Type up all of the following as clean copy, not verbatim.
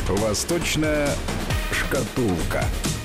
Восточная шкатулка.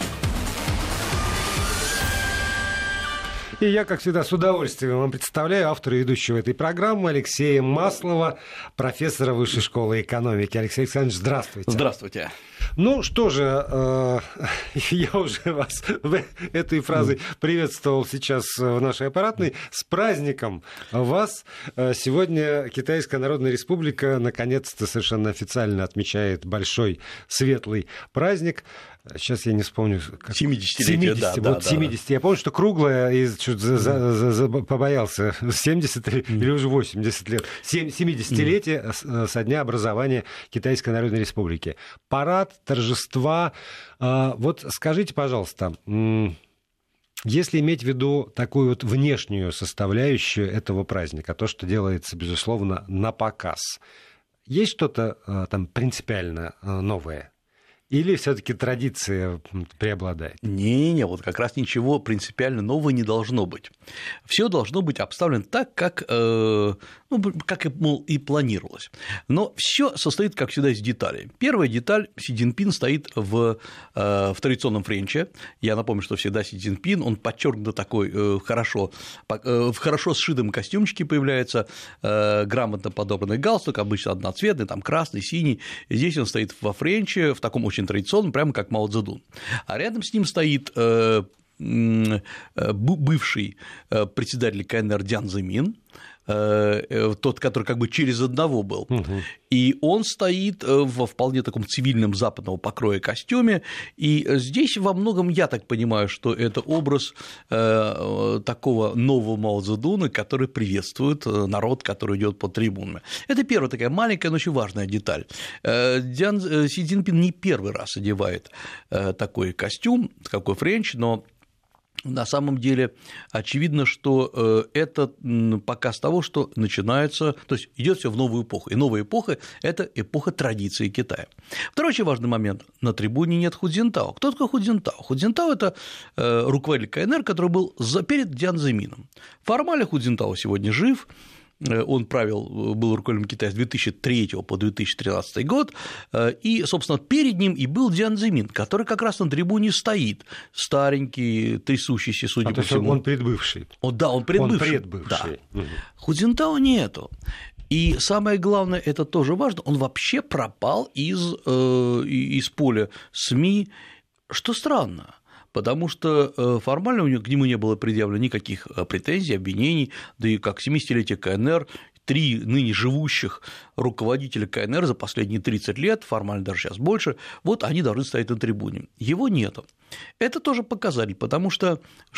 И я, как всегда, с удовольствием вам представляю автора и ведущего этой программы Алексея Маслова, профессора Высшей школы экономики. Алексей Александрович, здравствуйте. Здравствуйте. Ну что же, я уже вас этой фразой приветствовал сейчас в нашей аппаратной. С праздником вас! Сегодня Китайская Народная Республика наконец-то совершенно официально отмечает большой светлый праздник. Сейчас я не вспомню. 70-летие, 70, да. вот 70. Я помню, что круглое, и побоялся, 70 или уже 80 лет. 70-летие со дня образования Китайской Народной Республики. Парад, торжества. Вот скажите, пожалуйста, если иметь в виду такую вот внешнюю составляющую этого праздника, то, что делается, безусловно, на показ, есть что-то там принципиально новое? Или все-таки традиция преобладает? Не, вот как раз ничего принципиально нового не должно быть. Все должно быть обставлено так, как и планировалось. Но все состоит, как всегда, из деталей. Первая деталь: Си Цзиньпин стоит в традиционном френче. Я напомню, что всегда Си Цзиньпин, он подчеркнуто такой в хорошо сшитом костюмчике появляется, грамотно подобранный галстук, обычно одноцветный, там красный, синий. Здесь он стоит во френче, в таком очень традиционном, прямо как Мао Цзэдун. А рядом с ним стоит бывший председатель КНР Дзян Зэмин, тот, который как бы через одного был, и он стоит во вполне таком цивильном западного покроя костюме, и здесь во многом, я так понимаю, что это образ такого нового Мао Цзэдуна, который приветствует народ, который идет по трибунам. Это первая такая маленькая, но очень важная деталь. Си Цзиньпин не первый раз одевает такой костюм, такой френч, но на самом деле очевидно, что это показ того, что начинается, то есть идет все в новую эпоху. И новая эпоха – это эпоха традиции Китая. Второй очень важный момент: на трибуне нет Ху Цзиньтао. Кто такой Ху Цзиньтао? Ху Цзиньтао – это руководитель КНР, который был перед Дзян Зэмином. Формально Ху Цзиньтао сегодня жив. Он был руководителем Китая с 2003 по 2013 год, и, собственно, перед ним и был Дзян Зэмин, который как раз на трибуне стоит, старенький, трясущийся, судя по всему. Он предбывший. Да, он предбывший. Да. Ху Цзиньтао нету. И самое главное, это тоже важно, он вообще пропал из поля СМИ, что странно. Потому что формально к нему не было предъявлено никаких претензий, обвинений, да и как 70-летие КНР, 3 ныне живущих руководителя КНР за последние 30 лет, формально даже сейчас больше, вот они должны стоять на трибуне. Его нету. Это тоже показатель, потому что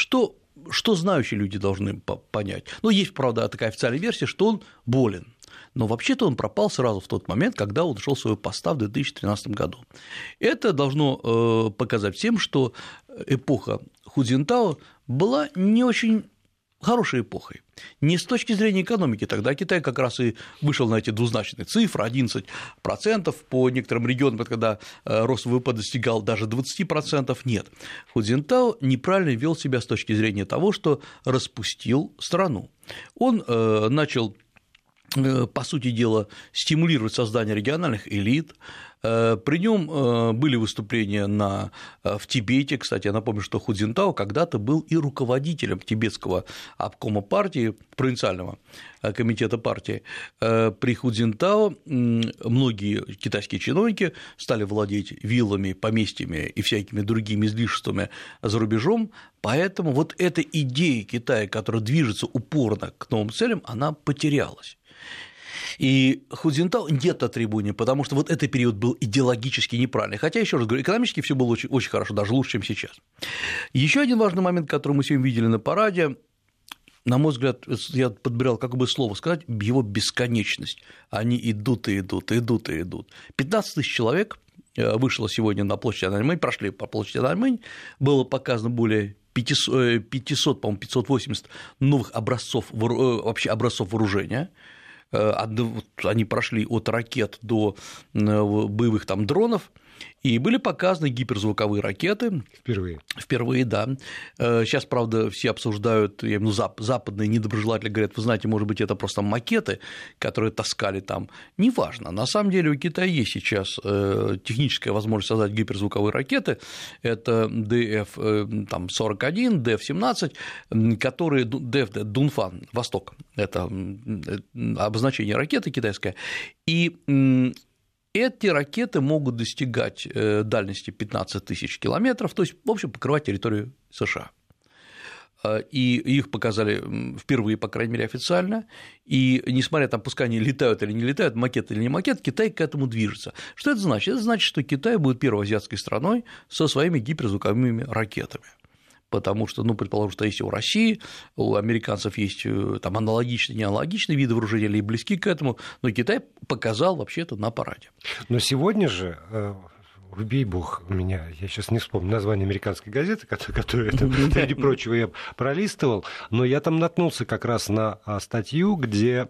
знающие люди должны понять. Ну, есть, правда, такая официальная версия, что он болен. Но вообще-то он пропал сразу в тот момент, когда он ушел с своего поста в 2013 году. Это должно показать всем, что эпоха Ху Цзиньтао была не очень хорошей эпохой. Не с точки зрения экономики. Тогда Китай как раз и вышел на эти двузначные цифры, 11%, по некоторым регионам, когда рост ВВП достигал даже 20%, нет. Ху Цзиньтао неправильно вел себя с точки зрения того, что распустил страну. Он начал, по сути дела, стимулировать создание региональных элит. При нем были выступления в Тибете. Кстати, я напомню, что Ху Цзиньтао когда-то был и руководителем тибетского обкома партии, провинциального комитета партии. При Ху Цзиньтао многие китайские чиновники стали владеть виллами, поместьями и всякими другими излишествами за рубежом, поэтому вот эта идея Китая, которая движется упорно к новым целям, она потерялась. И Ху Цзиньтао нет на трибуне, потому что вот этот период был идеологически неправильный. Хотя, еще раз говорю, экономически все было очень, очень хорошо, даже лучше, чем сейчас. Еще один важный момент, который мы сегодня видели на параде, на мой взгляд, я подбирал, как бы слово сказать, его бесконечность. Они идут и идут, идут и идут. 15 тысяч человек вышло сегодня на площадь Аньаньмэнь, прошли по площади Аньаньмэнь, было показано более 500, по-моему, 580 новых образцов вооружения. Они прошли от ракет до боевых там дронов, И были показаны гиперзвуковые ракеты. Впервые, да. Сейчас, правда, все обсуждают, я имею в виду западные недоброжелатели говорят, вы знаете, может быть, это просто макеты, которые таскали там. Неважно. На самом деле у Китая есть сейчас техническая возможность создать гиперзвуковые ракеты. Это DF-41, DF-17, которые Дунфан, Восток, это обозначение ракеты китайское. И эти ракеты могут достигать дальности 15 тысяч километров, то есть, в общем, покрывать территорию США. И их показали впервые, по крайней мере, официально, и несмотря там, пускай они летают или не летают, макет или не макет, Китай к этому движется. Что это значит? Это значит, что Китай будет первой азиатской страной со своими гиперзвуковыми ракетами. Потому что, предположим, что есть у России, у американцев есть там аналогичные, неаналогичные виды вооружения или близки к этому, но Китай показал вообще-то на параде. Но сегодня же, убей бог меня, я сейчас не вспомню название американской газеты, которую, среди прочего, я пролистывал, но я там наткнулся как раз на статью, где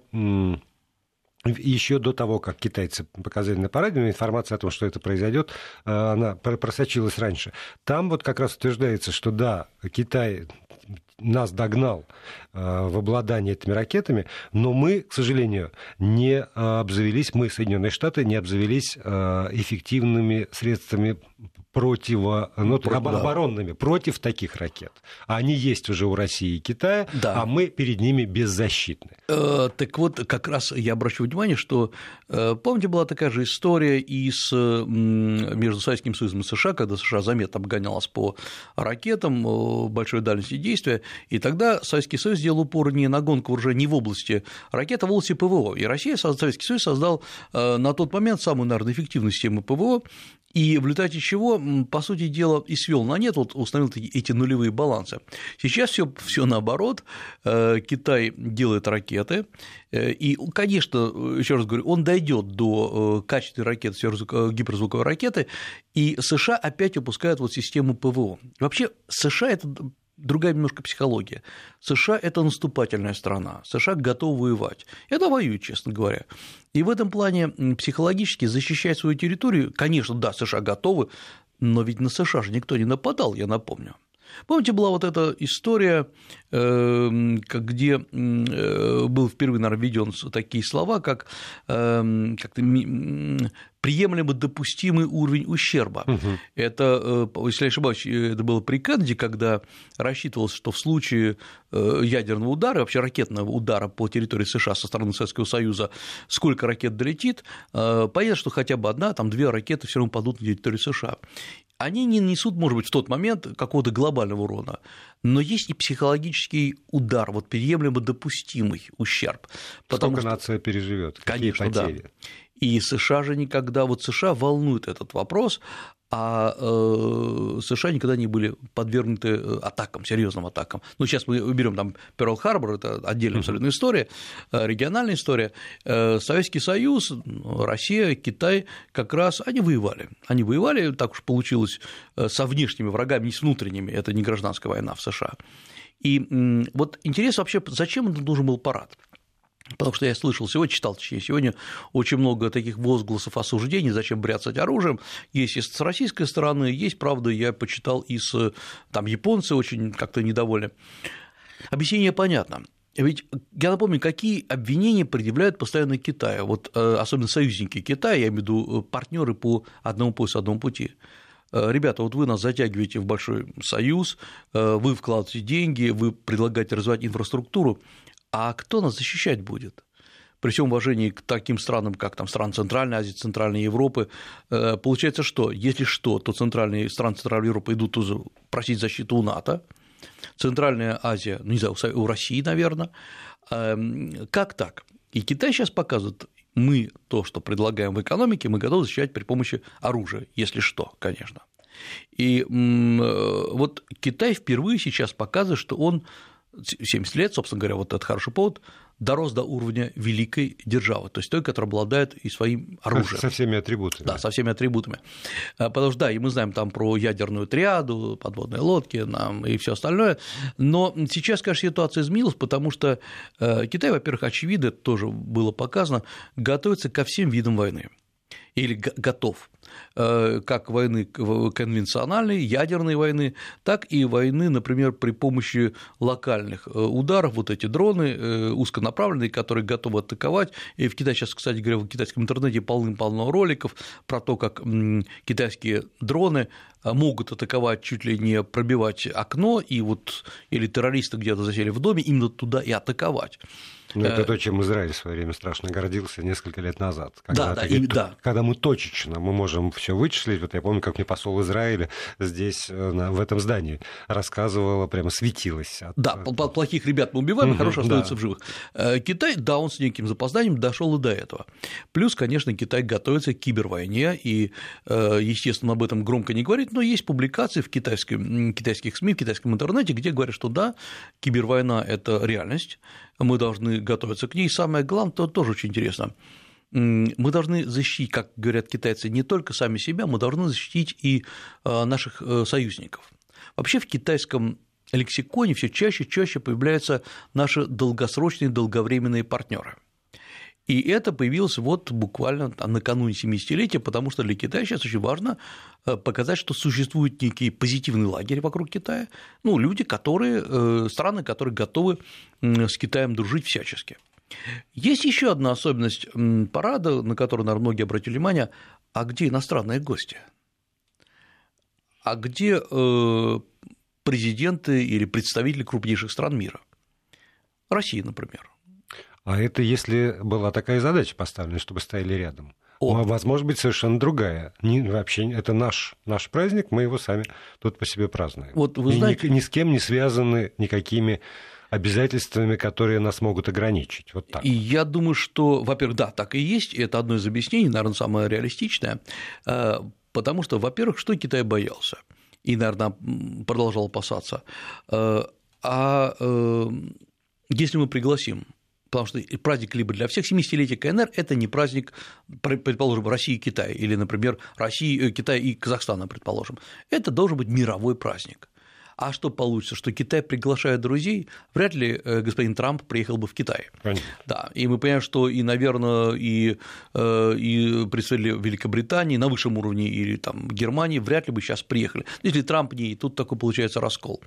еще до того, как китайцы показали на параде, информация о том, что это произойдет, она просочилась раньше. Там вот как раз утверждается, что да, Китай нас догнал в обладании этими ракетами, но мы, к сожалению, не обзавелись, мы, Соединенные Штаты, не обзавелись эффективными средствами оборонными против таких ракет. Они есть уже у России и Китая, да. А мы перед ними беззащитны. Так вот, как раз я обращу внимание, что, помните, была такая же история и между Советским Союзом и США, когда США заметно обгонялась по ракетам большой дальности действия, и тогда Советский Союз сделал упор не на гонку вооружений не в области ракет, а в области ПВО. И Советский Союз создал на тот момент самую, наверное, эффективную систему ПВО, и в результате чего, по сути дела, и свел на нет, вот установил эти нулевые балансы. Сейчас все наоборот, Китай делает ракеты, и, конечно, еще раз говорю, он дойдет до качественной ракеты, гиперзвуковой ракеты, и США опять выпускают вот систему ПВО. Вообще, США – это другая немножко психология. США – это наступательная страна, США готовы воевать. Это воюют, честно говоря. И в этом плане психологически защищать свою территорию, конечно, да, США готовы, но ведь на США же никто не нападал, я напомню. Помните, была вот эта история, где был впервые, наверное, введен такие слова, как приемлемо допустимый уровень ущерба. Это, если я не ошибаюсь, это было при Кеннеди, когда рассчитывалось, что в случае ядерного удара, вообще ракетного удара по территории США со стороны Советского Союза, сколько ракет долетит, понятно, что хотя бы одна, там 2 ракеты все равно падут на территорию США. Они не несут, может быть, в тот момент какого-то глобального урона, но есть и психологический удар, вот приемлемо допустимый ущерб. Сколько нация переживет? Конечно, да. И США же никогда, вот США волнует этот вопрос, а США никогда не были подвергнуты атакам, серьезным атакам. Ну, сейчас мы берем там Перл-Харбор, это отдельная абсолютно история, региональная история. Советский Союз, Россия, Китай как раз они воевали, так уж получилось, со внешними врагами, не с внутренними, это не гражданская война в США. И вот интересно вообще, зачем нужен был парад? Потому что я слышал читал сегодня очень много таких возгласов осуждений, зачем бряцать оружием. Есть и с российской стороны, есть, правда, я почитал и там японцы очень как-то недовольны. Объяснение понятно. Ведь я напомню, какие обвинения предъявляют постоянно Китаю, вот особенно союзники Китая, я имею в виду партнеры по одному поясу, одному пути. Ребята, вот вы нас затягиваете в большой союз, вы вкладываете деньги, вы предлагаете развивать инфраструктуру. А кто нас защищать будет? При всем уважении к таким странам, как там страны Центральной Азии, Центральной Европы, получается, что если что, то страны Центральной Европы идут просить защиту у НАТО, Центральная Азия, не знаю, у России, наверное. Как так? И Китай сейчас показывает, мы то, что предлагаем в экономике, мы готовы защищать при помощи оружия, если что, конечно. И вот Китай впервые сейчас показывает, что он 70 лет, собственно говоря, вот это хороший повод, дорос до уровня великой державы, то есть той, которая обладает и своим оружием. Со всеми атрибутами. Да, со всеми атрибутами. Потому что, да, и мы знаем там про ядерную триаду, подводные лодки и все остальное, но сейчас, конечно, ситуация изменилась, потому что Китай, во-первых, очевидно, это тоже было показано, готовится ко всем видам войны. Или готов. как войны конвенциональной, ядерной войны, так и войны, например, при помощи локальных ударов, вот эти дроны узконаправленные, которые готовы атаковать. И в Китае сейчас, кстати говоря, в китайском интернете полным-полно роликов про то, как китайские дроны могут атаковать, чуть ли не пробивать окно, и вот или террористы где-то засели в доме, именно туда и атаковать. Ну, это то, чем Израиль в свое время страшно гордился несколько лет назад. Когда мы точечно мы можем все вычислить. Вот я помню, как мне посол Израиля здесь, в этом здании, рассказывала, прямо светилась. Плохих ребят мы убиваем, а хорошо остаются в живых. Китай, он с неким запозданием дошел и до этого. Плюс, конечно, Китай готовится к кибервойне, и, естественно, об этом громко не говорит, но есть публикации в китайских СМИ, в китайском интернете, где говорят, что да, кибервойна – это реальность, мы должны готовиться к ней. И самое главное, то тоже очень интересно, мы должны защитить, как говорят китайцы, не только сами себя, мы должны защитить и наших союзников. Вообще в китайском лексиконе все чаще и чаще появляются наши долгосрочные, долговременные партнеры. И это появилось вот буквально накануне 70-летия, потому что для Китая сейчас очень важно показать, что существует некий позитивный лагерь вокруг Китая, люди, страны, которые готовы с Китаем дружить всячески. Есть еще одна особенность парада, на которую, наверное, многие обратили внимание, а где иностранные гости? А где президенты или представители крупнейших стран мира? Россия, например. А это если была такая задача поставлена, чтобы стояли рядом. Возможно быть совершенно другая. Вообще это наш праздник, мы его сами тут по себе празднуем. Вот вы знаете... ни с кем не связаны никакими обязательствами, которые нас могут ограничить. Вот так. И я думаю, что, во-первых, да, так и есть, и это одно из объяснений, наверное, самое реалистичное, потому что, во-первых, что Китай боялся и, наверное, продолжал опасаться, если мы пригласим, потому что праздник либо для всех 70-летия КНР – это не праздник, предположим, России и Китая, или, например, России, Китая и Казахстана, предположим. Это должен быть мировой праздник. А что получится, что Китай приглашает друзей, вряд ли господин Трамп приехал бы в Китай. Конечно. Да, и мы понимаем, что и, наверное, и представители Великобритании на высшем уровне или там Германии вряд ли бы сейчас приехали. Если Трамп не, тут такой получается раскол.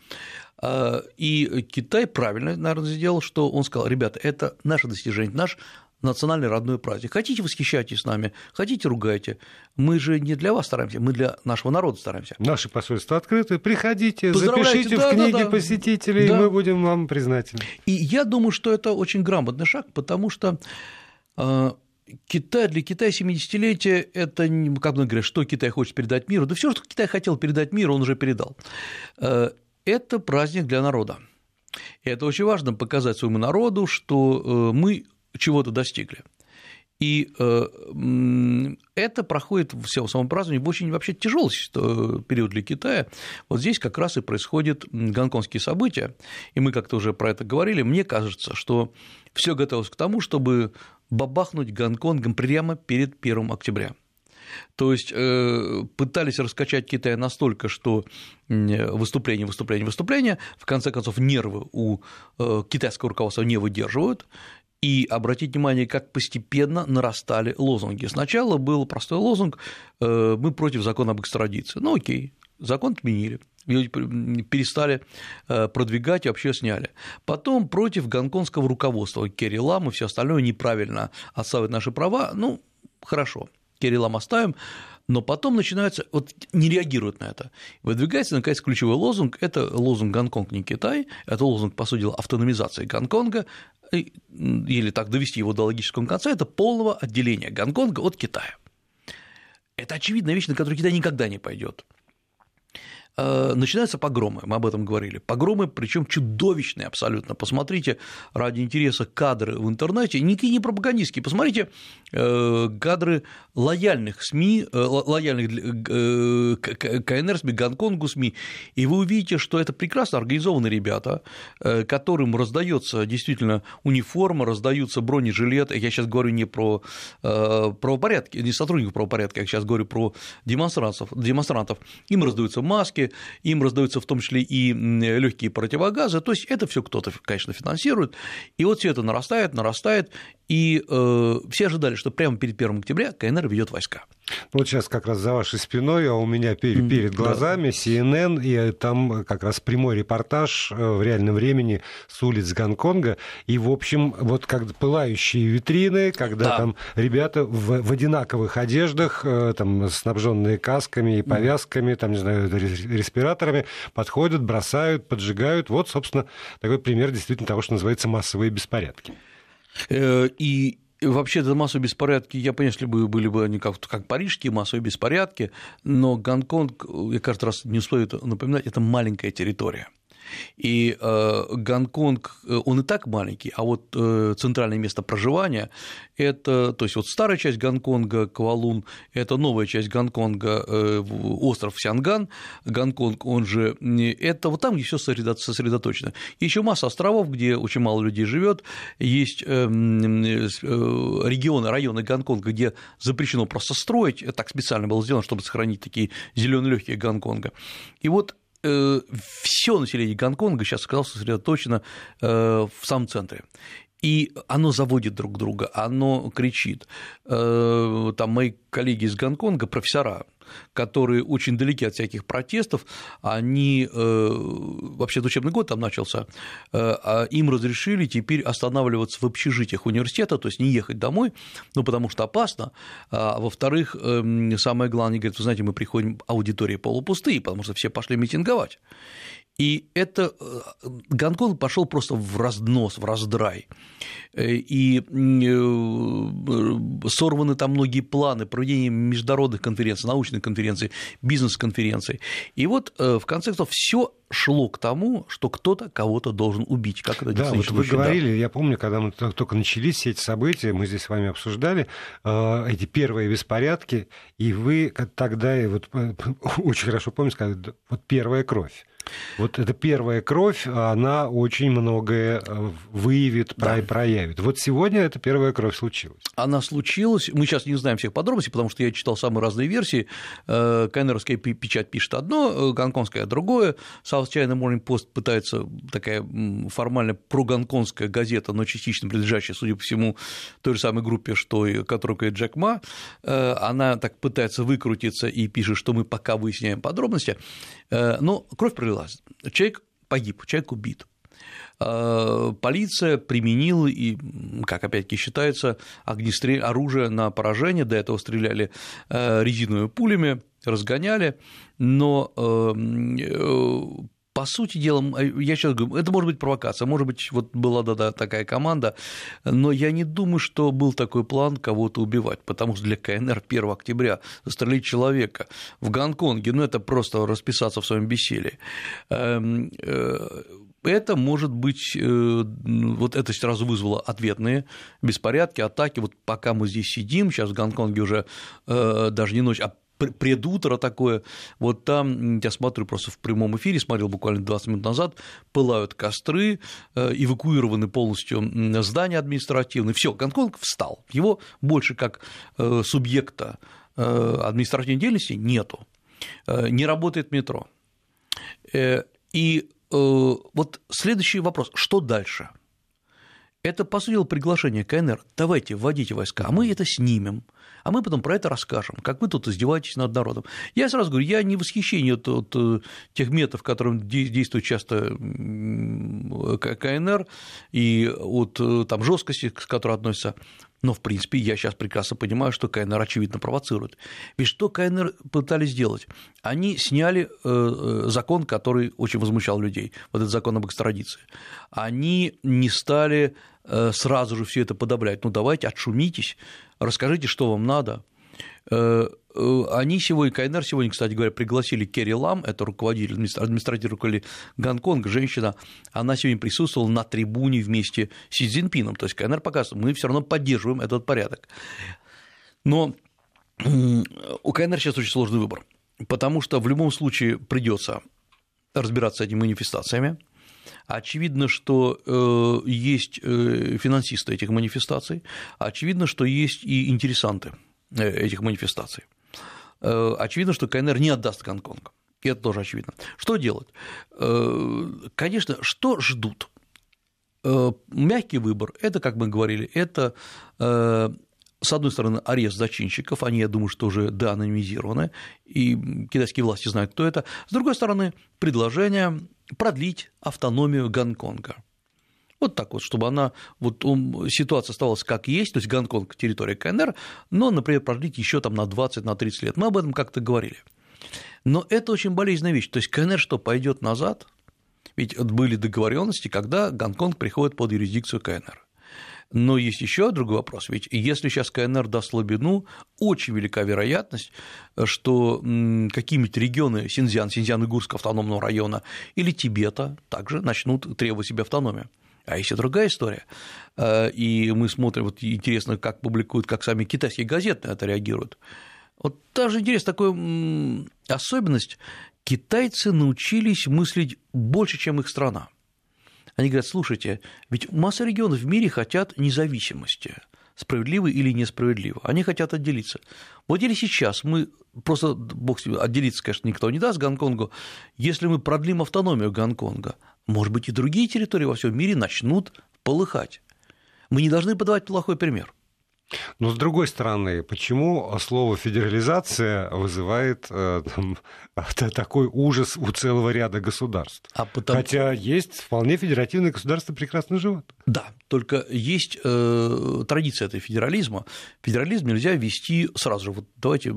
И Китай правильно, наверное, сделал, что он сказал: ребята, это наше достижение, наш национальный родной праздник. Хотите, восхищайтесь с нами, хотите, ругайте. Мы же не для вас стараемся, мы для нашего народа стараемся. Наши посольства открыты, приходите, запишите в книги посетителей, и мы будем вам признательны. И я думаю, что это очень грамотный шаг, потому что для Китая 70-летие – это, как многие говорят, что Китай хочет передать миру. Да все, что Китай хотел передать миру, он уже передал. Это праздник для народа. И это очень важно показать своему народу, что мы чего-то достигли. И это проходит в самом праздновании в очень вообще тяжелый период для Китая. Вот здесь как раз и происходят гонконгские события, и мы как-то уже про это говорили. Мне кажется, что все готовилось к тому, чтобы бабахнуть Гонконгом прямо перед 1 октября. То есть пытались раскачать Китай настолько, что выступление, в конце концов нервы у китайского руководства не выдерживают. И обратите внимание, как постепенно нарастали лозунги. Сначала был простой лозунг: мы против закона об экстрадиции. Ну окей, закон отменили, перестали продвигать и вообще сняли. Потом против гонконгского руководства, Керри Лам и все остальное неправильно отстаивают наши права. Ну хорошо, Керри Лам оставим. Но потом начинается, вот не реагируют на это. Выдвигается, наконец, ключевой лозунг – это лозунг «Гонконг не Китай», это лозунг, по сути дела, автономизации Гонконга, или так довести его до логического конца – это полного отделения Гонконга от Китая. Это очевидная вещь, на которую Китай никогда не пойдет. Начинаются погромы, мы об этом говорили. Погромы, причем чудовищные абсолютно. Посмотрите ради интереса кадры в интернете, никакие не пропагандистские. Посмотрите кадры лояльных СМИ, лояльных КНР СМИ, Гонконгу СМИ, и вы увидите, что это прекрасно организованные ребята, которым раздается действительно униформа, раздаются бронежилеты. Я сейчас говорю не про правопорядки, не сотрудников правопорядка, я сейчас говорю про демонстрантов. Им раздаются маски, им раздаются в том числе и легкие противогазы, то есть это все кто-то, конечно, финансирует, и вот все это нарастает, и все ожидали, что прямо перед 1 октября КНР ведет войска. Вот сейчас как раз за вашей спиной, а у меня перед глазами CNN, и там как раз прямой репортаж в реальном времени с улиц Гонконга. И, в общем, вот как пылающие витрины, когда там ребята в одинаковых одеждах, там, снабженные касками и повязками, там, не знаю, респираторами, подходят, бросают, поджигают. Вот, собственно, такой пример действительно того, что называется массовые беспорядки. И вообще, это массовые беспорядки, я понимаю, если бы были бы они как парижские массовые беспорядки, но Гонконг, я каждый раз не успею это напоминать, это маленькая территория. И Гонконг, он и так маленький, а вот центральное место проживания – это, то есть вот старая часть Гонконга, Квалун, это новая часть Гонконга, остров Сянган, Гонконг, он же, это вот там, где все сосредоточено. Еще масса островов, где очень мало людей живет, есть регионы, районы Гонконга, где запрещено просто строить, это так специально было сделано, чтобы сохранить такие зеленые легкие Гонконга. И вот все население Гонконга сейчас оказалось сосредоточено в самом центре. И оно заводит друг друга, оно кричит. Там мои коллеги из Гонконга, профессора, которые очень далеки от всяких протестов, они, вообще учебный год там начался, им разрешили теперь останавливаться в общежитиях университета, то есть не ехать домой, ну, потому что опасно, а во-вторых, самое главное, они говорят, вы знаете, мы приходим, аудитории полупустые, потому что все пошли митинговать. И это Гонконг пошел просто в разнос, в раздрай. И сорваны там многие планы проведения международных конференций, научных конференций, бизнес-конференций. И вот в конце концов все шло к тому, что кто-то кого-то должен убить. Как это да, вот вы говорили, я помню, когда мы только начались все эти события, мы здесь с вами обсуждали эти первые беспорядки, и вы тогда вот, очень хорошо помню, сказали, вот первая кровь. Вот эта первая кровь, она очень многое выявит, проявит. Вот сегодня эта первая кровь случилась. Она случилась, мы сейчас не знаем всех подробностей, потому что я читал самые разные версии. КНРовская печать пишет одно, гонконгская другое. South China Morning Post пытается, такая формально прогонконгская газета, но частично принадлежащая, судя по всему, той же самой группе, что и которую говорит Джек Ма, она так пытается выкрутиться и пишет, что мы пока выясняем подробности, но кровь пролилась. Человек погиб, человек убит. Полиция применила, и, как опять-таки считается, оружие на поражение, до этого стреляли резиновыми пулями, разгоняли, но по сути дела, я сейчас говорю, это может быть провокация, может быть, вот была такая команда, но я не думаю, что был такой план кого-то убивать, потому что для КНР 1 октября застрелить человека в Гонконге, ну, это просто расписаться в своем бессилии. Это, может быть, вот это сразу вызвало ответные беспорядки, атаки. Вот пока мы здесь сидим, сейчас в Гонконге уже даже не ночь, а предутро такое, вот там, я смотрю просто в прямом эфире, смотрел буквально 20 минут назад, пылают костры, эвакуированы полностью здания административные, все, Гонконг встал, его больше как субъекта административной деятельности нету, не работает метро. И вот следующий вопрос, что дальше? Это, по сути дела, приглашение КНР, давайте вводите войска, а мы это снимем, а мы потом про это расскажем, как вы тут издеваетесь над народом. Я сразу говорю, я не в восхищении от тех методов, которым действует часто КНР, и от там жесткости, к которой относятся, но, в принципе, я сейчас прекрасно понимаю, что КНР, очевидно, провоцирует. Ведь что КНР пытались сделать? Они сняли закон, который очень возмущал людей, вот этот закон об экстрадиции. Они не стали сразу же все это подавлять. Ну, давайте, отшумитесь, расскажите, что вам надо. Они сегодня, КНР сегодня, кстати говоря, пригласили Керри Лам, это руководитель, административный руководитель Гонконга, женщина, она сегодня присутствовала на трибуне вместе с Си Цзиньпином, то есть КНР показывает, мы все равно поддерживаем этот порядок. Но у КНР сейчас очень сложный выбор, потому что в любом случае придется разбираться с этими манифестациями. Очевидно, что есть финансисты этих манифестаций, очевидно, что есть и интересанты этих манифестаций. Очевидно, что КНР не отдаст Гонконг, и это тоже очевидно. Что делать? Конечно, что ждут? Мягкий выбор – это, как мы говорили, это с одной стороны, арест зачинщиков, они, я думаю, что уже деанонимизированы, и китайские власти знают, кто это. С другой стороны, предложение продлить автономию Гонконга. Вот так вот, чтобы она, ситуация оставалась как есть, то есть Гонконг – территория КНР, но, например, продлить еще там на 20, на 30 лет. Мы об этом как-то говорили. Но это очень болезненная вещь. То есть КНР что, пойдет назад? Ведь были договоренности, когда Гонконг приходит под юрисдикцию КНР. Но есть еще другой вопрос. Ведь если сейчас КНР даст слабину, очень велика вероятность, что какие-нибудь регионы Синьцзян-Уйгурского автономного района или Тибета также начнут требовать себе автономию. А есть и другая история. И мы смотрим, вот интересно, как публикуют, как сами китайские газеты на это реагируют. Вот даже интересная такая особенность. Китайцы научились мыслить больше, чем их страна. Они говорят, слушайте, ведь масса регионов в мире хотят независимости, справедливо или несправедливо, они хотят отделиться. Вот или сейчас мы просто, бог с ним, отделиться, конечно, никто не даст Гонконгу, если мы продлим автономию Гонконга, может быть, и другие территории во всем мире начнут полыхать. Мы не должны подавать плохой пример. Но, с другой стороны, почему слово «федерализация» вызывает такой ужас у целого ряда государств? Хотя есть вполне федеративные государства, прекрасно живут. Да, только есть традиция этого федерализма. Федерализм нельзя ввести сразу же. Вот давайте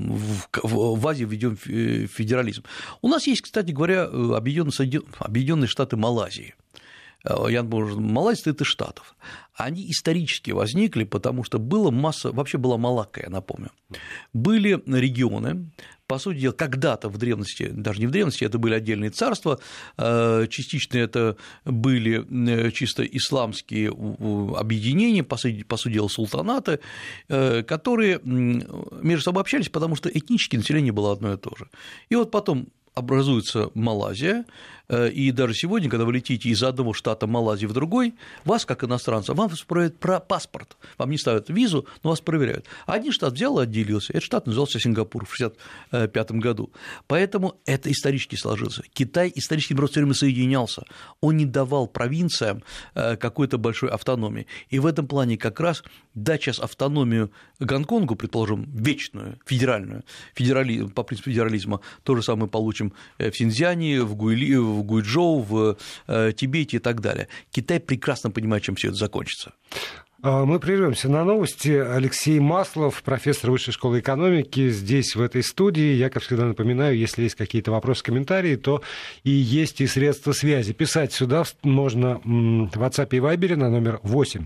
в Азии введем федерализм. У нас есть, кстати говоря, Объединенные Штаты Малайзии. Малайзия состоит из штатов. Они исторически возникли, потому что была масса, вообще была Малакка, я напомню. Были регионы, по сути дела, когда-то в древности, даже не в древности, это были отдельные царства, частично это были чисто исламские объединения, по сути дела, султанаты, которые между собой общались, потому что этнически население было одно и то же. И вот потом образуется Малайзия, и даже сегодня, когда вы летите из одного штата Малайзии в другой, вас, как иностранца, вам спрашивают про паспорт, вам не ставят визу, но вас проверяют. Один штат взял и отделился, этот штат назывался Сингапур в 1965 году, поэтому это исторически сложилось. Китай исторически просто все время соединялся, он не давал провинциям какой-то большой автономии, и в этом плане как раз дать сейчас автономию Гонконгу, предположим, вечную, федеральную, по принципу федерализма, то же самое получим в Синьцзяне, в Гуйчжоу, в Тибете и так далее. Китай прекрасно понимает, чем все это закончится. Мы прервемся на новости. Алексей Маслов, профессор Высшей школы экономики, здесь, в этой студии. Я, как всегда, напоминаю, если есть какие-то вопросы, комментарии, то и есть и средства связи. Писать сюда можно в WhatsApp и Viber на номер 8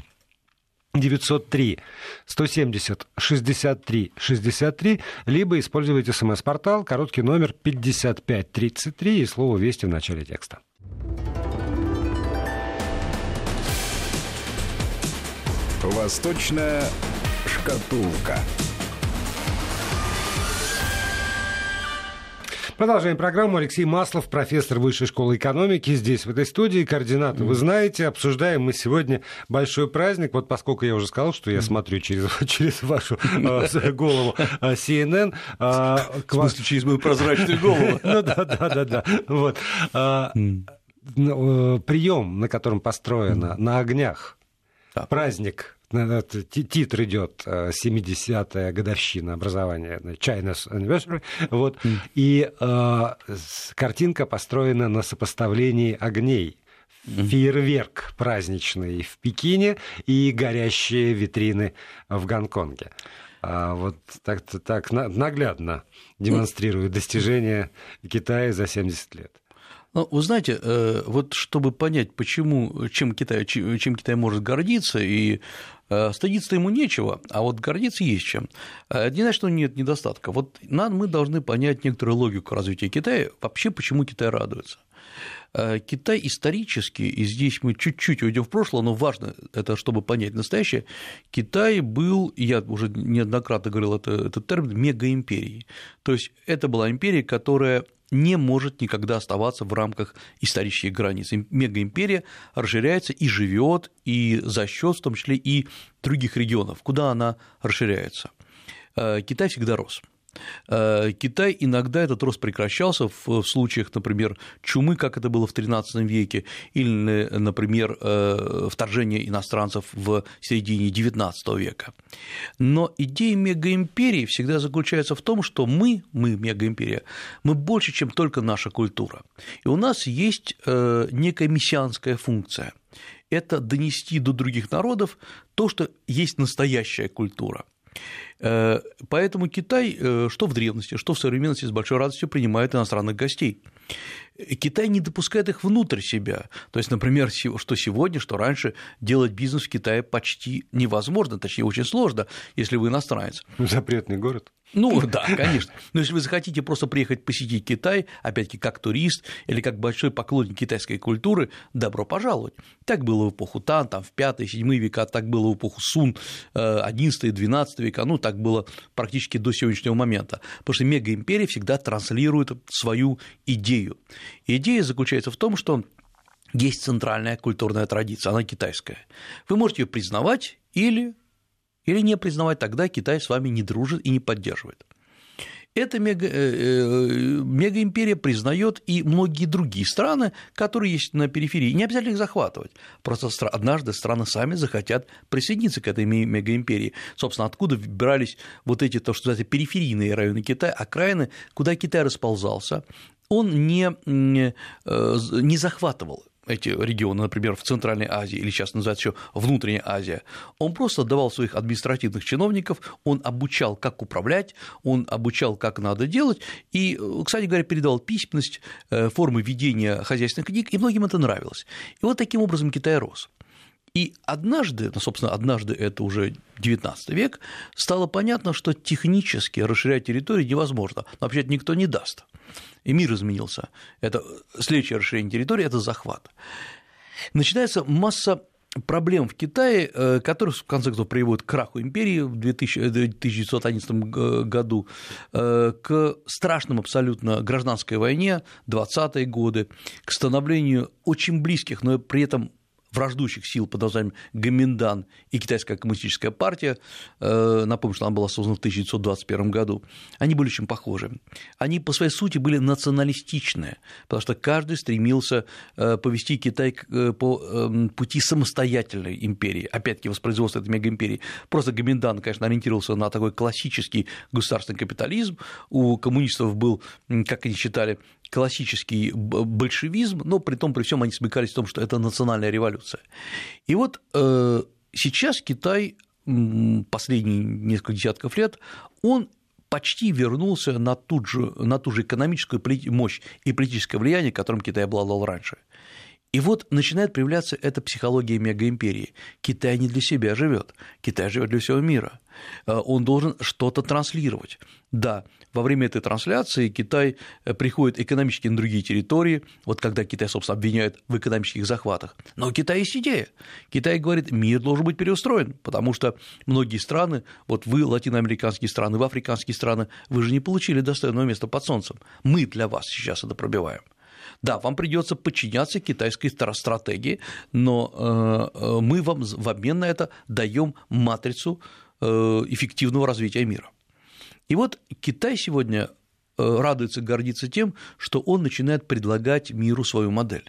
903 170 63 63, либо используйте СМС-портал, короткий номер 5533 и слово «Вести» в начале текста. Восточная шкатулка. Продолжаем программу. Алексей Маслов, профессор Высшей школы экономики, здесь, в этой студии. Координаты вы знаете. Обсуждаем мы сегодня большой праздник. Вот поскольку я уже сказал, что я смотрю через вашу голову CNN. В смысле, через мою прозрачную голову? Ну да. Вот. Прием, на котором построено, на огнях, праздник. Титр идет 70-я годовщина образования China's Anniversary, вот, и картинка построена на сопоставлении огней. Фейерверк праздничный в Пекине и горящие витрины в Гонконге. Вот так наглядно демонстрирует достижения Китая за 70 лет. Ну, вы знаете, вот чтобы понять, чем Китай может гордиться, и стыдиться ему нечего, а вот гордиться есть чем. Не значит, что нет недостатка. Вот мы должны понять некоторую логику развития Китая, вообще почему Китай радуется. Китай исторически, и здесь мы чуть-чуть уйдем в прошлое, но важно это, чтобы понять настоящее, Китай был, я уже неоднократно говорил этот термин, мегаимперией. То есть это была империя, которая не может никогда оставаться в рамках исторических границ. Мегаимперия расширяется и живет, и за счет, в том числе, и других регионов. Куда она расширяется? Китай всегда рос. Китай иногда этот рост прекращался в случаях, например, чумы, как это было в XIII веке, или, например, вторжения иностранцев в середине XIX века. Но идея мегаимперии всегда заключается в том, что мы мегаимперия, мы больше, чем только наша культура. И у нас есть некая мессианская функция. Это донести до других народов то, что есть настоящая культура. Поэтому Китай, что в древности, что в современности, с большой радостью принимает иностранных гостей. Китай не допускает их внутрь себя. То есть, например, что сегодня, что раньше, делать бизнес в Китае почти невозможно, точнее, очень сложно, если вы иностранец. Запретный город. Ну да, конечно. Но если вы захотите просто приехать посетить Китай, опять-таки как турист или как большой поклонник китайской культуры, добро пожаловать. Так было в эпоху Тан, там, в 5-7 века, так было в эпоху Сун, 11-12 века, ну так было практически до сегодняшнего момента. Потому что мегаимперия всегда транслирует свою идею. И идея заключается в том, что есть центральная культурная традиция, она китайская. Вы можете ее признавать или не признавать, тогда Китай с вами не дружит и не поддерживает. Эта мегаимперия признает и многие другие страны, которые есть на периферии. Не обязательно их захватывать. Просто однажды страны сами захотят присоединиться к этой мегаимперии. Собственно, откуда выбирались вот эти, то, что называется, периферийные районы Китая, окраины, куда Китай расползался, он не захватывал эти регионы, например, в Центральной Азии, или сейчас называется еще Внутренняя Азия, он просто давал своих административных чиновников, он обучал, как управлять, он обучал, как надо делать, и, кстати говоря, передавал письменность, формы ведения хозяйственных книг, и многим это нравилось. И вот таким образом Китай рос. И однажды, собственно, это уже XIX век, стало понятно, что технически расширять территорию невозможно, но вообще-то никто не даст. И мир изменился. Это следующее расширение территории – это захват. Начинается масса проблем в Китае, которые, в конце концов, приводят к краху империи в 1911 году, к страшным абсолютно гражданской войне 20-е годы, к становлению очень близких, но при этом враждующих сил под названием Гоминдан и Китайская коммунистическая партия, напомню, что она была создана в 1921 году, они были очень похожи. Они по своей сути были националистичные, потому что каждый стремился повести Китай по пути самостоятельной империи, опять-таки воспроизводство этой мегаимперии. Просто Гоминдан, конечно, ориентировался на такой классический государственный капитализм, у коммунистов был, как они считали, классический большевизм, но при том, при всем они смыкались в том, что это национальная революция. И вот сейчас Китай последние несколько десятков лет, он почти вернулся на ту же экономическую мощь и политическое влияние, которым Китай обладал раньше. И вот начинает проявляться эта психология мегаимперии. Китай не для себя живет, Китай живет для всего мира. Он должен что-то транслировать. Да, во время этой трансляции Китай приходит экономически на другие территории, вот когда Китай, собственно, обвиняют в экономических захватах. Но у Китая есть идея. Китай говорит, мир должен быть переустроен, потому что многие страны, вот вы, латиноамериканские страны, вы, африканские страны, вы же не получили достойного места под солнцем. Мы для вас сейчас это пробиваем. Да, вам придется подчиняться китайской стратегии, но мы вам в обмен на это даем матрицу эффективного развития мира. И вот Китай сегодня радуется, гордится тем, что он начинает предлагать миру свою модель.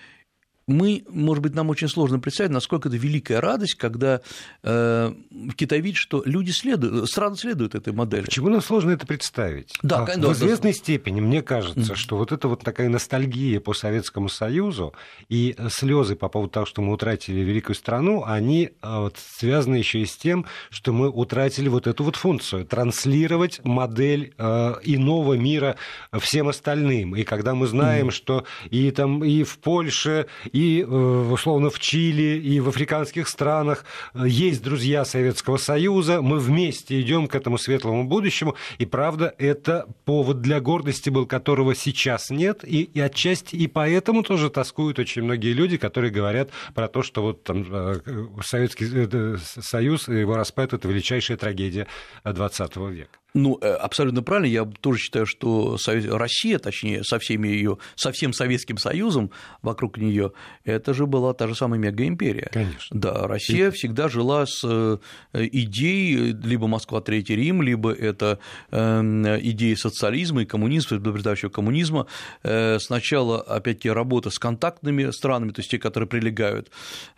Может быть, нам очень сложно представить, насколько это великая радость, когда Китай видит, что страны следуют этой модели. Почему нам сложно это представить? Да, в известной степени мне кажется, что вот эта вот такая ностальгия по Советскому Союзу и слезы по поводу того, что мы утратили великую страну, они связаны еще и с тем, что мы утратили вот эту вот функцию – транслировать модель иного мира всем остальным. И когда мы знаем, что и в Польше, и, условно, в Чили, и в африканских странах есть друзья Советского Союза, мы вместе идем к этому светлому будущему, и, правда, это повод для гордости был, которого сейчас нет, и отчасти и поэтому тоже тоскуют очень многие люди, которые говорят про то, что вот там Советский Союз и его распад – это величайшая трагедия XX века. Ну, абсолютно правильно. Я тоже считаю, что Россия, точнее, со всем Советским Союзом вокруг нее, это же была та же самая мегаимперия. Конечно. Да, Россия всегда жила с идеей либо Москва, Третий Рим, либо это идеи социализма и коммунизма, предупреждающего коммунизма. Сначала, опять-таки, работа с контактными странами, то есть те, которые прилегают,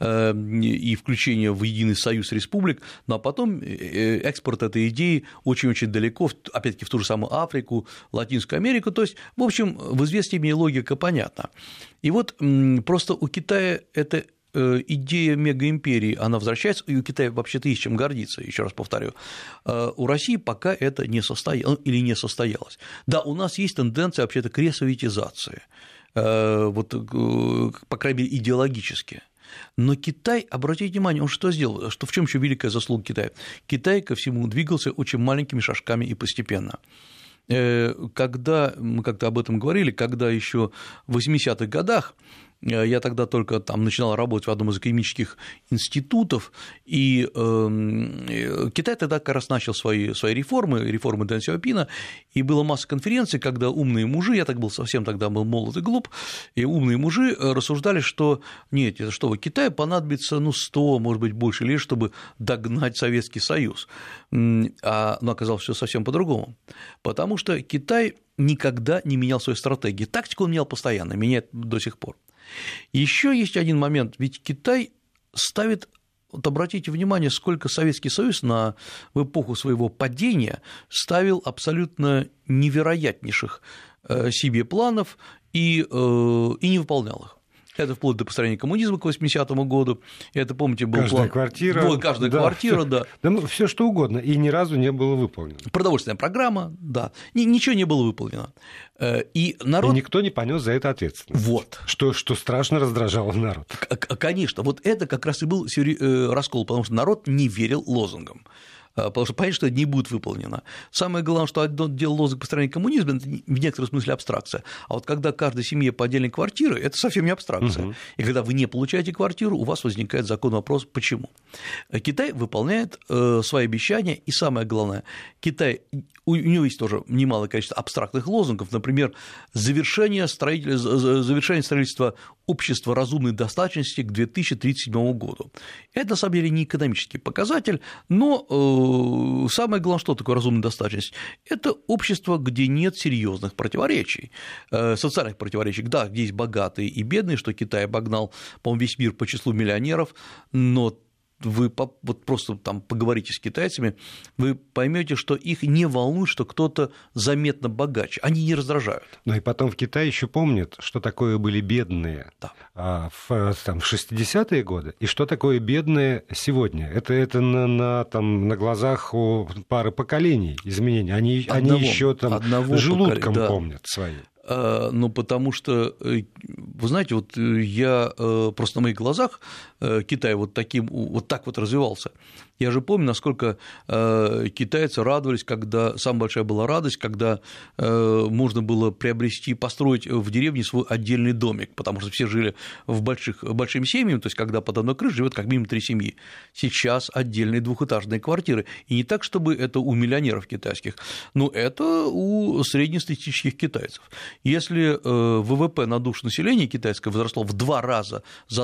и включение в единый союз республик, ну а потом экспорт этой идеи очень-очень далеко, опять-таки, в ту же самую Африку, Латинскую Америку, то есть, в общем, в известной мере логика понятна. И вот просто у Китая эта идея мегаимперии, она возвращается, и у Китая вообще-то есть чем гордиться, еще раз повторю. У России пока это не состоялось или не состоялось. Да, у нас есть тенденция вообще-то к ресоветизации, вот, по крайней мере, идеологически. Но Китай, обратите внимание, он что сделал? В чем еще великая заслуга Китая? Китай ко всему двигался очень маленькими шажками и постепенно. Когда мы как-то об этом говорили, когда еще в 80-х годах, я тогда только там начинал работать в одном из академических институтов, и Китай тогда как раз начал свои реформы Дэн Сяопина, и была масса конференций, когда умные мужи, я так был совсем тогда был молод и глуп, и умные мужи рассуждали, что нет, это что, Китаю понадобится 100, может быть, больше лет, чтобы догнать Советский Союз, но оказалось все совсем по-другому, потому что Китай никогда не менял своей стратегии, тактику он менял постоянно, меняет до сих пор. Еще есть один момент, ведь Китай ставит, вот обратите внимание, сколько Советский Союз в эпоху своего падения ставил абсолютно невероятнейших себе планов и не выполнял их. Это вплоть до построения коммунизма к 80-му году. Это, помните, был каждая план. Квартира. Каждая квартира, да. Все что угодно, и ни разу не было выполнено. Продовольственная программа, да. Ничего не было выполнено. И народ. И никто не понес за это ответственность. Вот. Что страшно раздражало народ. Конечно, вот это как раз и был раскол, потому что народ не верил лозунгам. Потому что понятно, что это не будет выполнено. Самое главное, что одно дело лозунг построения коммунизма, это в некотором смысле абстракция. А вот когда каждой семье по отдельной квартире, это совсем не абстракция. Угу. И когда вы не получаете квартиру, у вас возникает вопрос, почему. Китай выполняет свои обещания, и самое главное, Китай, у него есть тоже немалое количество абстрактных лозунгов, например, завершение строительства общества разумной достаточности к 2037 году. Это, на самом деле, не экономический показатель, но самое главное, что такое разумная достаточность? Это общество, где нет серьезных противоречий, социальных противоречий. Да, где есть богатые и бедные, что Китай обогнал, по-моему, весь мир по числу миллионеров, но вы вот просто там поговорите с китайцами, вы поймете, что их не волнует, что кто-то заметно богаче, они не раздражают. Ну и потом в Китае еще помнят, что такое были бедные в 60-е годы, и что такое бедные сегодня. Это на глазах у пары поколений изменений. Они еще там желудком помнят свои. Ну, потому что, вы знаете, вот я просто на моих глазах Китай вот так вот развивался. Я же помню, насколько китайцы радовались, когда самая большая была радость, когда можно было построить в деревне свой отдельный домик, потому что все жили большими семьями, то есть когда под одной крышей живет как минимум 3 семьи. Сейчас отдельные двухэтажные квартиры. И не так, чтобы это у миллионеров китайских, но это у среднестатистических китайцев. Если ВВП на душу населения китайское возросло в 10 раз за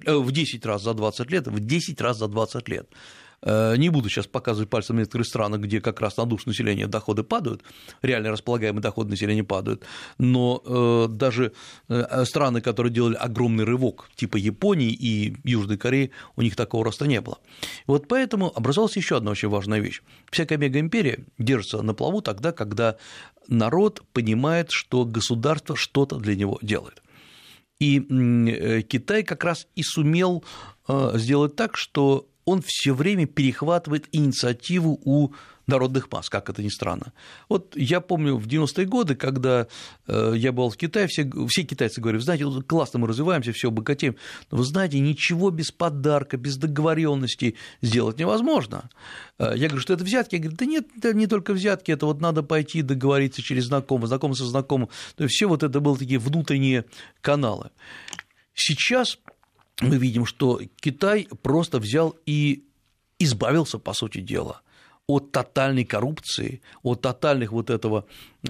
20 лет, в 10 раз за 20 лет. Не буду сейчас показывать пальцем некоторые страны, где как раз на душу населения доходы падают, реально располагаемые доходы населения падают, но даже страны, которые делали огромный рывок, типа Японии и Южной Кореи, у них такого роста не было. Вот поэтому образовалась еще одна очень важная вещь. Всякая мегаимперия держится на плаву тогда, когда народ понимает, что государство что-то для него делает. И Китай как раз и сумел сделать так, что он все время перехватывает инициативу у народных масс, как это ни странно. Вот я помню в 90-е годы, когда я был в Китае, все китайцы говорили: вы знаете, классно мы развиваемся, все богатеем, но вы знаете, ничего без подарка, без договоренностей сделать невозможно. Я говорю, что это взятки? Я говорю, да нет, это не только взятки, это вот надо пойти договориться через знакомых со знакомым. То есть все вот это были такие внутренние каналы. Сейчас мы видим, что Китай просто взял и избавился, по сути дела, от тотальной коррупции, от тотальных вот этого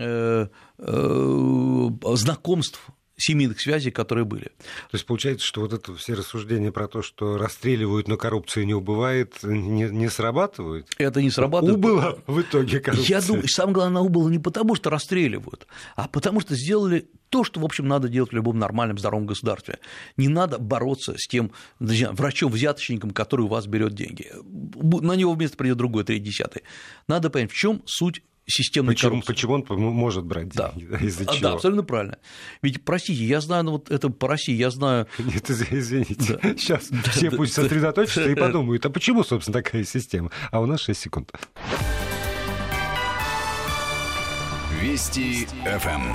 знакомств, семейных связей, которые были. То есть получается, что вот это все рассуждения про то, что расстреливают, но коррупция не убывает, не срабатывают? Это не срабатывает. Убыла в итоге коррупция. Я думаю, самое главное, она убыла не потому, что расстреливают, а потому что сделали то, что, в общем, надо делать в любом нормальном, здоровом государстве. Не надо бороться с тем врачом-взяточником, который у вас берет деньги. На него вместо придет другой, 3/10. Надо понять, в чем суть системной коррупции. Почему он может брать деньги? Да. Из-за чего? Да, абсолютно правильно. Ведь, простите, я знаю, вот это по России, я знаю... Нет, извините, да. Сейчас все пусть сосредоточатся и подумают, а почему, собственно, такая система? А у нас 6 секунд. Вести ФМ.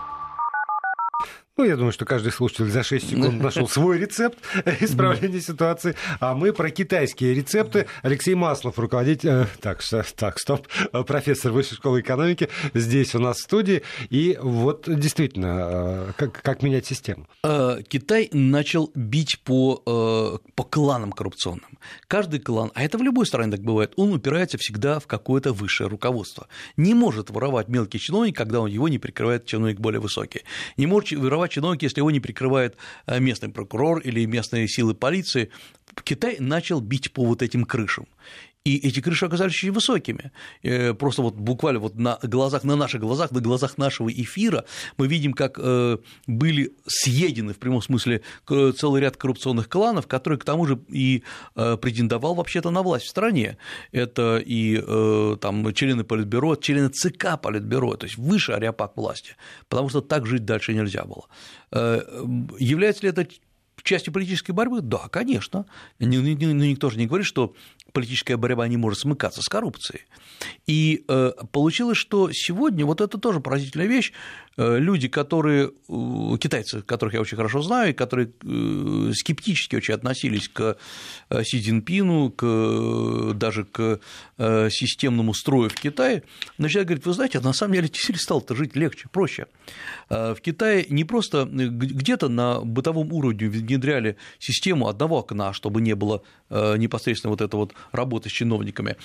Ну, я думаю, что каждый слушатель за 6 секунд нашел свой рецепт исправления ситуации. А мы про китайские рецепты. Алексей Маслов, руководитель... профессор Высшей школы экономики, здесь у нас в студии. И вот действительно, как менять систему? Китай начал бить по кланам коррупционным. Каждый клан, а это в любой стране так бывает, он упирается всегда в какое-то высшее руководство. Не может воровать мелкий чиновник, когда его не прикрывает чиновник более высокий. Не может воровать чиновник, если его не прикрывает местный прокурор или местные силы полиции. Китай начал бить по вот этим крышам. И эти крыши оказались очень высокими. Просто вот буквально вот на наших глазах, на глазах нашего эфира мы видим, как были съедены в прямом смысле целый ряд коррупционных кланов, которые к тому же и претендовал вообще-то на власть в стране. Это и там члены Политбюро, члены ЦК Политбюро, то есть выше ареопаг власти, потому что так жить дальше нельзя было. Является ли это частью политической борьбы? Да, конечно. Никто же не говорит, что политическая борьба не может смыкаться с коррупцией. И получилось, что сегодня, вот это тоже поразительная вещь, люди, китайцы, которых я очень хорошо знаю, и которые скептически очень относились к Си Цзиньпину, даже к системному строю в Китае, начинают говорить: вы знаете, на самом деле стало-то жить легче, проще. В Китае не просто где-то на бытовом уровне внедряли систему одного окна, чтобы не было непосредственно вот этой вот работы с чиновниками,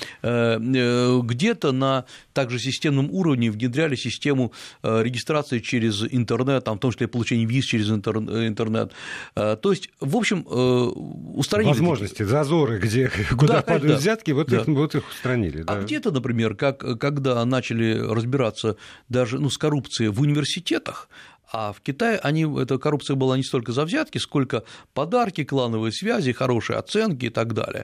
где-то на также системном уровне внедряли систему регистрации через интернет, там, в том числе получение виз через интернет. То есть, в общем, устранили возможности, зазоры, куда падают взятки, вот их устранили. А где-то, например, когда начали разбираться даже с коррупцией в университетах, а в Китае эта коррупция была не столько за взятки, сколько подарки, клановые связи, хорошие оценки и так далее.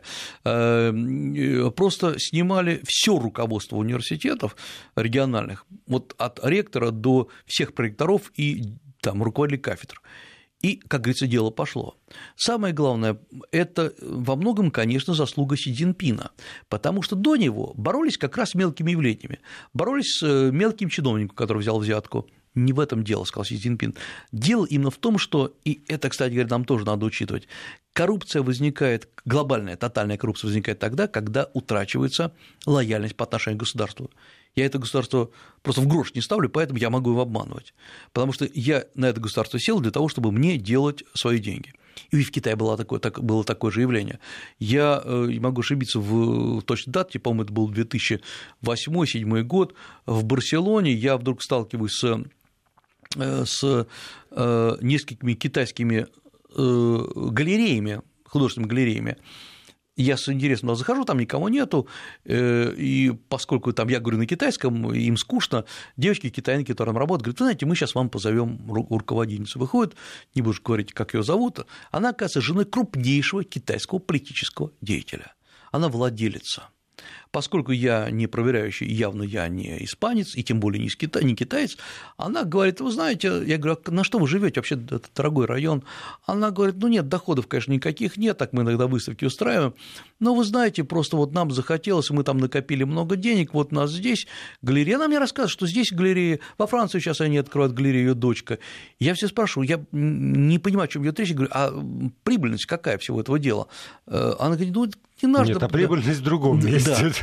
Просто снимали все руководство университетов региональных, вот от ректора до всех проректоров и там руководителей кафедр. И, как говорится, дело пошло. Самое главное, это во многом, конечно, заслуга Си Цзиньпина, потому что до него боролись как раз с мелкими явлениями, боролись с мелким чиновником, который взял взятку. Не в этом дело, сказал Си Цзиньпин. Дело именно в том, что, и это, кстати говоря, нам тоже надо учитывать, коррупция возникает, глобальная, тотальная коррупция возникает тогда, когда утрачивается лояльность по отношению к государству. Я это государство просто в грош не ставлю, поэтому я могу его обманывать, потому что я на это государство сел для того, чтобы мне делать свои деньги. И в Китае было такое же явление. Я не могу ошибиться в точной дате, по-моему, это был 2008-2007 год, в Барселоне я вдруг сталкиваюсь с несколькими китайскими галереями, художественными галереями. Я с интересом туда захожу, там никого нету, и поскольку там я говорю на китайском, им скучно, девочки-китаянки, которые там работают, говорят: вы знаете, мы сейчас вам позовем руководительницу. Выходит, не буду говорить, как ее зовут, она, оказывается, женой крупнейшего китайского политического деятеля. Она владелица. Поскольку я не проверяющий, явно я не испанец, и тем более не китаец, она говорит: вы знаете, я говорю: а на что вы живете? Вообще это дорогой район. Она говорит: нет, доходов, конечно, никаких нет, так мы иногда выставки устраиваем, но вы знаете, просто вот нам захотелось, мы там накопили много денег, вот у нас здесь галерея. Она мне рассказывает, что здесь галерея, во Франции сейчас они открывают галерею, ее дочка. Я все спрашиваю, я не понимаю, о чем идет речь, говорю: а прибыльность какая всего этого дела? Она говорит: не надо. Нет, а прибыльность в другом месте. Да.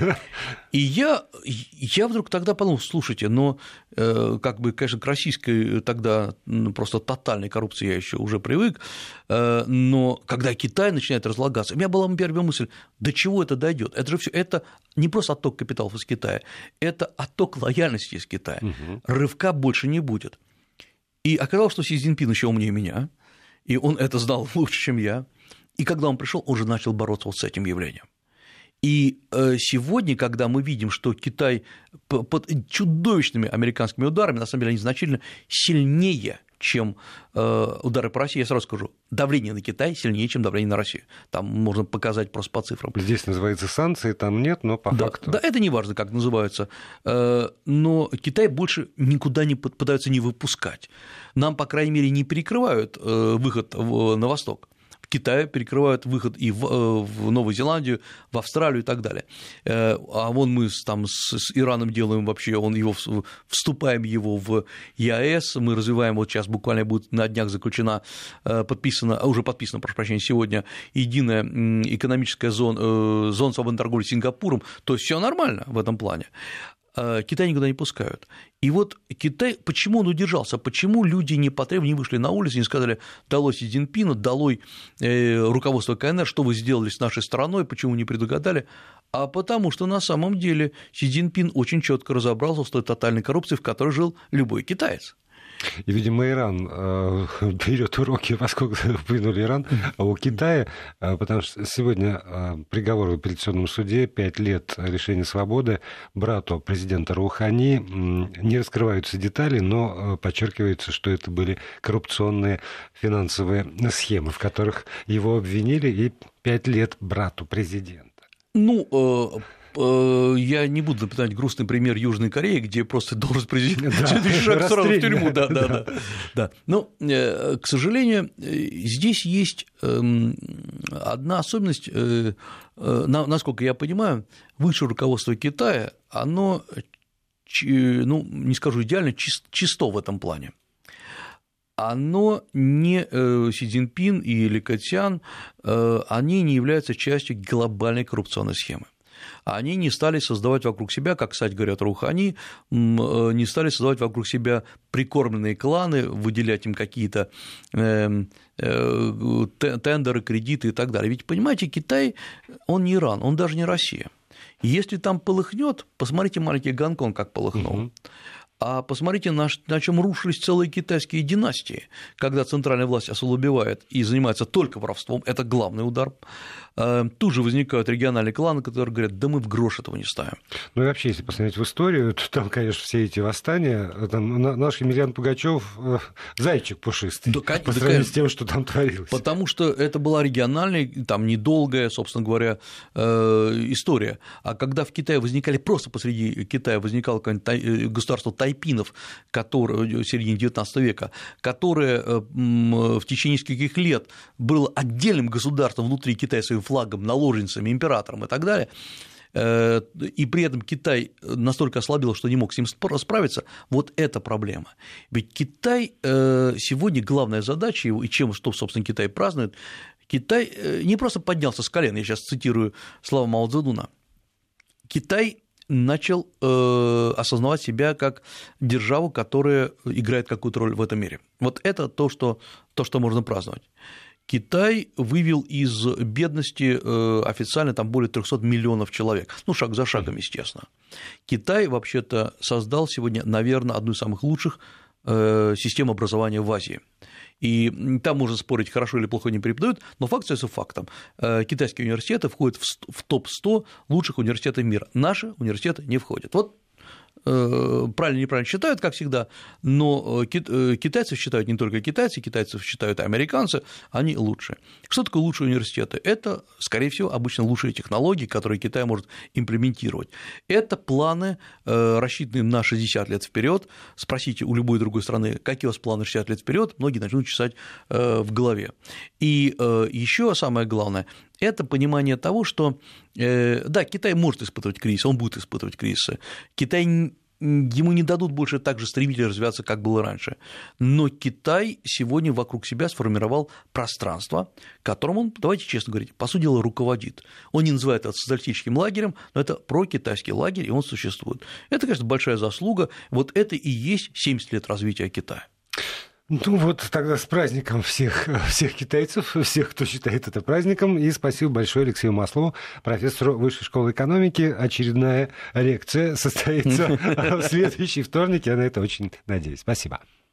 И я вдруг тогда подумал, слушайте, но конечно, к российской тогда просто тотальной коррупции я еще уже привык, но когда Китай начинает разлагаться, у меня была первая мысль, до чего это дойдет? Это же все, это не просто отток капиталов из Китая, это отток лояльности из Китая. Рывка больше не будет. И оказалось, что Си Цзиньпин еще умнее меня, и он это знал лучше, чем я. И когда он пришел, он уже начал бороться вот с этим явлением. И сегодня, когда мы видим, что Китай под чудовищными американскими ударами, на самом деле они значительно сильнее, чем удары по России, я сразу скажу, давление на Китай сильнее, чем давление на Россию. Там можно показать просто по цифрам. Здесь называется санкции, там нет, но по факту. Да, это не важно, как называются, но Китай больше никуда не пытаются не выпускать. Нам, по крайней мере, не перекрывают выход на восток. Китая перекрывают выход и в Новую Зеландию, в Австралию и так далее. А вон мы там с Ираном делаем вообще, вступаем его в ЕАЭС, мы развиваем, вот сейчас буквально будет на днях уже подписана, прошу прощения, сегодня единая экономическая зона свободной торговли с Сингапуром, то есть все нормально в этом плане. Китай никуда не пускают. И вот Китай, почему он удержался, почему люди не вышли на улицу и не сказали: долой Си Цзиньпина, долой руководство КНР, что вы сделали с нашей страной, почему не предугадали? А потому что на самом деле Си Цзиньпин очень четко разобрался с той тотальной коррупцией, в которой жил любой китаец. И, видимо, Иран берет уроки, поскольку упомянули Иран, а у Китая, потому что сегодня приговор в апелляционном суде 5 лет лишения свободы брату президента Роухани. Не раскрываются детали, но подчеркивается, что это были коррупционные финансовые схемы, в которых его обвинили, и 5 лет брату президента. Я не буду напоминать грустный пример Южной Кореи, где просто должность президента сразу в тюрьму. Да. Но, к сожалению, здесь есть одна особенность, насколько я понимаю, высшее руководство Китая, оно, не скажу идеально, чисто в этом плане. Оно не Си Цзиньпин и Ли Кэцян, они не являются частью глобальной коррупционной схемы. Они не стали создавать вокруг себя, как, кстати, говорят Роухани, не стали создавать вокруг себя прикормленные кланы, выделять им какие-то тендеры, кредиты и так далее. Ведь, понимаете, Китай, он не Иран, он даже не Россия. И если там полыхнет, посмотрите маленький Гонконг, как полыхнул. А посмотрите, на чем рушились целые китайские династии, когда центральная власть ослабевает и занимается только воровством, это главный удар. Тут же возникают региональные кланы, которые говорят: да мы в грош этого не ставим. Ну и вообще, если посмотреть в историю, то там, конечно, все эти восстания, там наш Емельян Пугачев зайчик пушистый, по сравнению с тем, что там творилось. Потому что это была региональная, там недолгая, собственно говоря, история. А когда в Китае возникали, просто посреди Китая возникало государство тайпинов, в середине XIX века, которое в течение нескольких лет было отдельным государством внутри Китая, своим флагом, наложницами, императором и так далее, и при этом Китай настолько ослабил, что не мог с ним справиться, вот это проблема. Ведь Китай сегодня главная задача его, и что, собственно, Китай празднует, Китай не просто поднялся с колен, я сейчас цитирую слова Мао Цзэдуна, Китай начал осознавать себя как державу, которая играет какую-то роль в этом мире. Вот это то, что можно праздновать. Китай вывел из бедности официально там более 300 миллионов человек, шаг за шагом, естественно. Китай вообще-то создал сегодня, наверное, одну из самых лучших систем образования в Азии. И там можно спорить, хорошо или плохо они преподают, но факт остается фактом. Китайские университеты входят в топ-100 лучших университетов мира. Наши университеты не входят. Вот правильно, неправильно считают, как всегда, но китайцев считают не только китайцы, китайцев считают и американцы, они лучшие. Что такое лучшие университеты? Это, скорее всего, обычно лучшие технологии, которые Китай может имплементировать. Это планы, рассчитанные на 60 лет вперед. Спросите у любой другой страны, какие у вас планы 60 лет вперед, многие начнут чесать в голове. И еще самое главное – это понимание того, что, да, Китай может испытывать кризис, он будет испытывать кризисы. Китай ему не дадут больше так же стремительно развиваться, как было раньше. Но Китай сегодня вокруг себя сформировал пространство, которым он, давайте честно говорить, по сути дела, руководит. Он не называет это социалистическим лагерем, но это прокитайский лагерь, и он существует. Это, конечно, большая заслуга. Вот это и есть 70 лет развития Китая. Ну вот тогда с праздником всех китайцев, всех, кто считает это праздником. И спасибо большое Алексею Маслову, профессору Высшей школы экономики. Очередная лекция состоится в следующий вторник. Я на это очень надеюсь. Спасибо.